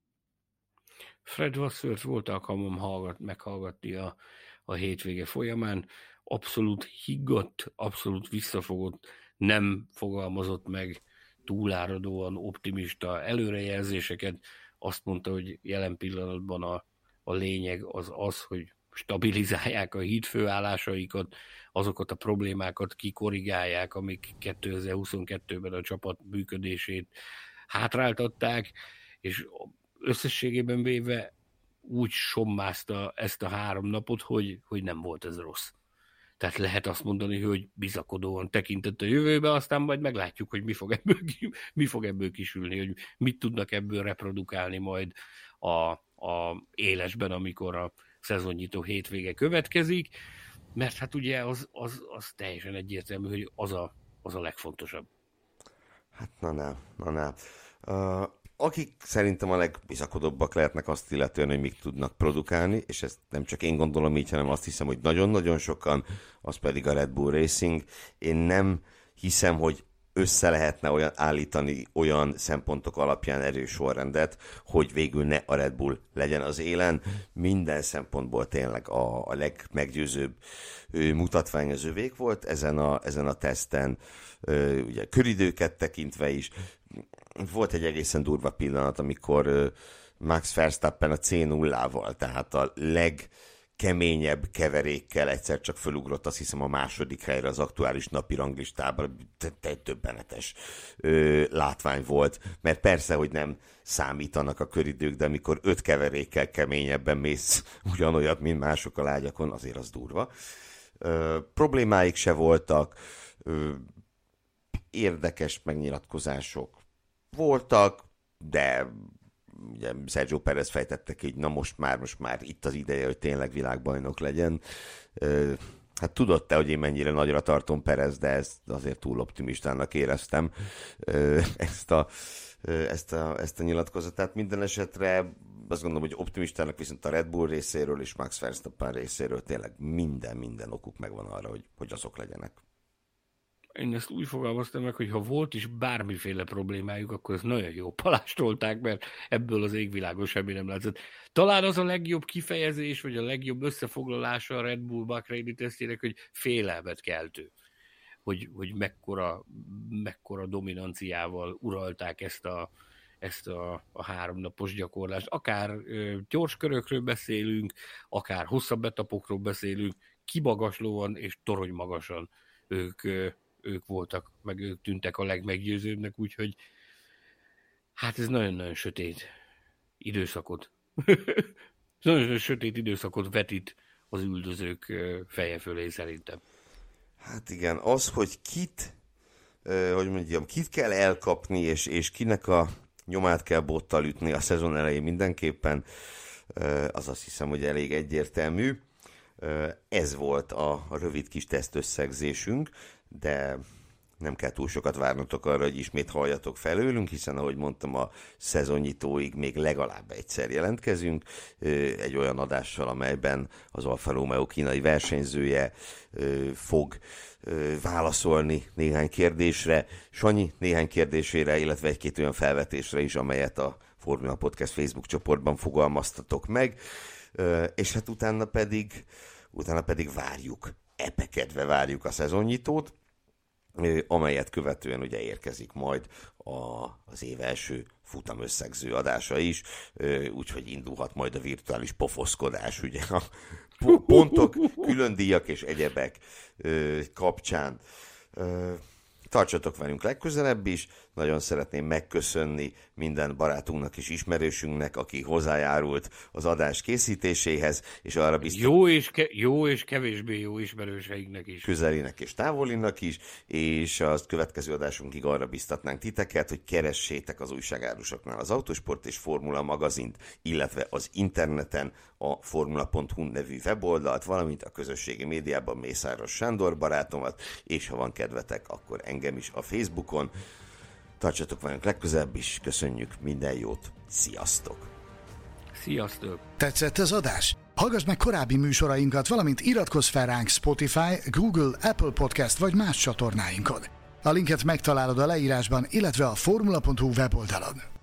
C: Fred Vassört volt alkalmam hallgat, meghallgatni a, a hétvége folyamán. Abszolút higgadt, abszolút visszafogott, nem fogalmazott meg túláradóan optimista előrejelzéseket. Azt mondta, hogy jelen pillanatban a, a lényeg az az, hogy stabilizálják a hídfőállásaikat, azokat a problémákat kikorrigálják, amik kétezer-huszonkettőben a csapat működését hátráltatták, és összességében véve úgy sommázta ezt a három napot, hogy, hogy nem volt ez rossz. Tehát lehet azt mondani, hogy bizakodóan tekintett a jövőbe, aztán majd meglátjuk, hogy mi fog ebből, mi fog ebből kisülni, hogy mit tudnak ebből reprodukálni majd a, a élesben, amikor a szezonnyitó hétvége következik, mert hát ugye az, az, az teljesen egyértelmű, hogy az a, az a legfontosabb.
B: Hát na na, na na. Uh, akik szerintem a legbizakodóbbak lehetnek azt illetően, hogy mik tudnak produkálni, és ezt nem csak én gondolom így, hanem azt hiszem, hogy nagyon-nagyon sokan, az pedig a Red Bull Racing. Én nem hiszem, hogy össze lehetne olyan állítani olyan szempontok alapján erős sorrendet, hogy végül ne a Red Bull legyen az élen. Minden szempontból tényleg a, a legmeggyőzőbb mutatvány az övék volt ezen a, ezen a teszten, ugye köridőket tekintve is. Volt egy egészen durva pillanat, amikor Max Verstappen a cé nullával, tehát a leg keményebb keverékkel egyszer csak fölugrott, azt hiszem a második helyre az aktuális napi ranglistában. Egy többenetes ö, látvány volt, mert persze, hogy nem számítanak a köridők, de amikor öt keverékkel keményebben mész ugyanolyat, mint mások a lágyakon, azért az durva. Ö, problémáik se voltak, ö, érdekes megnyilatkozások voltak, de ugye Sergio Perez fejtette ki, hogy na most már, most már itt az ideje, hogy tényleg világbajnok legyen. Ö, hát tudod te, hogy én mennyire nagyra tartom Perez, de ezt azért túl optimistának éreztem ö, ezt, a, ö, ezt, a, ezt a nyilatkozatát. Minden esetre azt gondolom, hogy optimistának viszont a Red Bull részéről és Max Verstappen részéről tényleg minden, minden okuk megvan arra, hogy, hogy azok legyenek.
C: Én ezt úgy fogalmaztam meg, hogy ha volt is bármiféle problémájuk, akkor ez nagyon jó palástolták, mert ebből az égvilágon semmi nem látszott. Talán az a legjobb kifejezés, vagy a legjobb összefoglalása a Red Bull Bahraini tesztjének, hogy félelmet keltő. Hogy, hogy mekkora, mekkora dominanciával uralták ezt a, ezt a, a háromnapos gyakorlást. Akár ö, gyors körökről beszélünk, akár hosszabb etapokról beszélünk, kimagaslóan és toronymagasan ők ö, ők voltak, meg ők tűntek a legmeggyőzőbbnek, úgyhogy hát ez nagyon-nagyon sötét időszakot. Nagyon-nagyon sötét időszakot vetít az üldözők feje fölé szerintem.
B: Hát igen, az, hogy kit, hogy mondjam, kit kell elkapni, és, és kinek a nyomát kell bottal ütni a szezon elején mindenképpen, az azt hiszem, hogy elég egyértelmű. Ez volt a rövid kis tesztösszegzésünk, de nem kell túl sokat várnotok arra, hogy ismét halljatok felőlünk, hiszen ahogy mondtam, a szezonnyitóig még legalább egyszer jelentkezünk, egy olyan adással, amelyben az Alfa Romeo kínai versenyzője fog válaszolni néhány kérdésre, Sanyi néhány kérdésére, illetve egy-két olyan felvetésre is, amelyet a Formula Podcast Facebook csoportban fogalmaztatok meg, és hát utána pedig, utána pedig várjuk, epekedve várjuk a szezonnyitót, amelyet követően ugye érkezik majd a, az év első futamösszegző adása is, úgyhogy indulhat majd a virtuális pofoszkodás, ugye a pontok, külön díjak és egyebek kapcsán. Tartsatok velünk legközelebb is, nagyon szeretném megköszönni minden barátunknak és ismerősünknek, aki hozzájárult az adás készítéséhez, és arra biztos...
C: Jó és, ke- jó és kevésbé jó ismerőseinknek is.
B: Közelinek és távolinak is, és a következő adásunkig arra biztatnánk titeket, hogy keressétek az újságárusoknál az Autosport és Formula magazint, illetve az interneten a formula pont hu nevű weboldalt, valamint a közösségi médiában Mészáros Sándor barátomat, és ha van kedvetek, akkor engem is a Facebookon. Tartsatok velünk legközelebb is, köszönjük, minden jót, sziasztok!
C: Sziasztok!
A: Tetszett az adás? Hallgass meg korábbi műsorainkat, valamint iratkozz fel ránk Spotify, Google, Apple Podcast vagy más csatornáinkon. A linket megtalálod a leírásban, illetve a formula pont hu weboldalon.